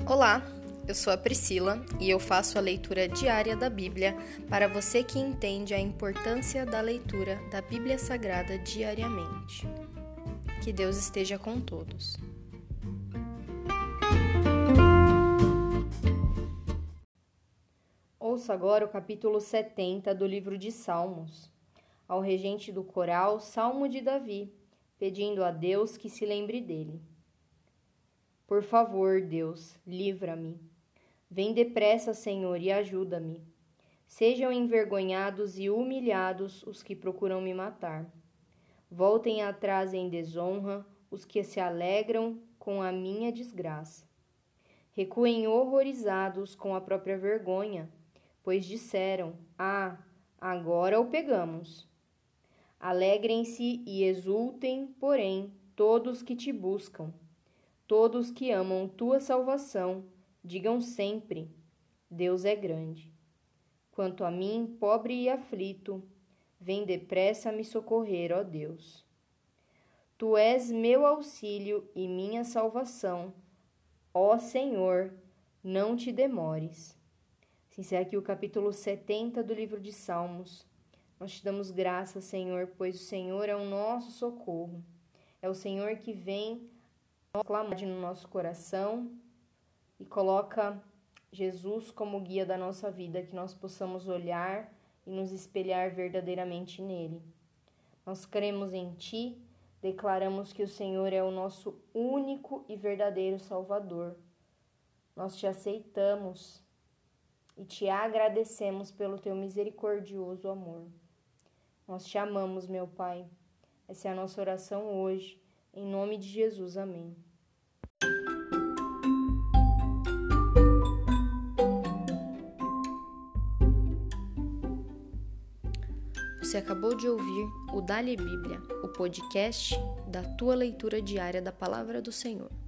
Olá, eu sou a Priscila e eu faço a leitura diária da Bíblia para você que entende a importância da leitura da Bíblia Sagrada diariamente. Que Deus esteja com todos. Ouça agora o capítulo 70 do livro de Salmos. Ao regente do coral, Salmo de Davi, pedindo a Deus que se lembre dele. Por favor, Deus, livra-me. Vem depressa, Senhor, e ajuda-me. Sejam envergonhados e humilhados os que procuram me matar. Voltem atrás em desonra os que se alegram com a minha desgraça. Recuem horrorizados com a própria vergonha, pois disseram: agora o pegamos. Alegrem-se e exultem, porém, todos que te buscam. Todos que amam tua salvação, digam sempre: Deus é grande. Quanto a mim, pobre e aflito, vem depressa me socorrer, ó Deus. Tu és meu auxílio e minha salvação. Ó Senhor, não te demores. Se encerra aqui o capítulo 70 do livro de Salmos. Nós te damos graças, Senhor, pois o Senhor é o nosso socorro. É o Senhor que vem clamar no nosso coração e coloca Jesus como guia da nossa vida, que nós possamos olhar e nos espelhar verdadeiramente nele. Nós cremos em Ti, declaramos que o Senhor é o nosso único e verdadeiro Salvador. Nós Te aceitamos e Te agradecemos pelo Teu misericordioso amor. Nós Te amamos, meu Pai. Essa é a nossa oração hoje. Em nome de Jesus, amém. Você acabou de ouvir o Dali Bíblia, o podcast da tua leitura diária da Palavra do Senhor.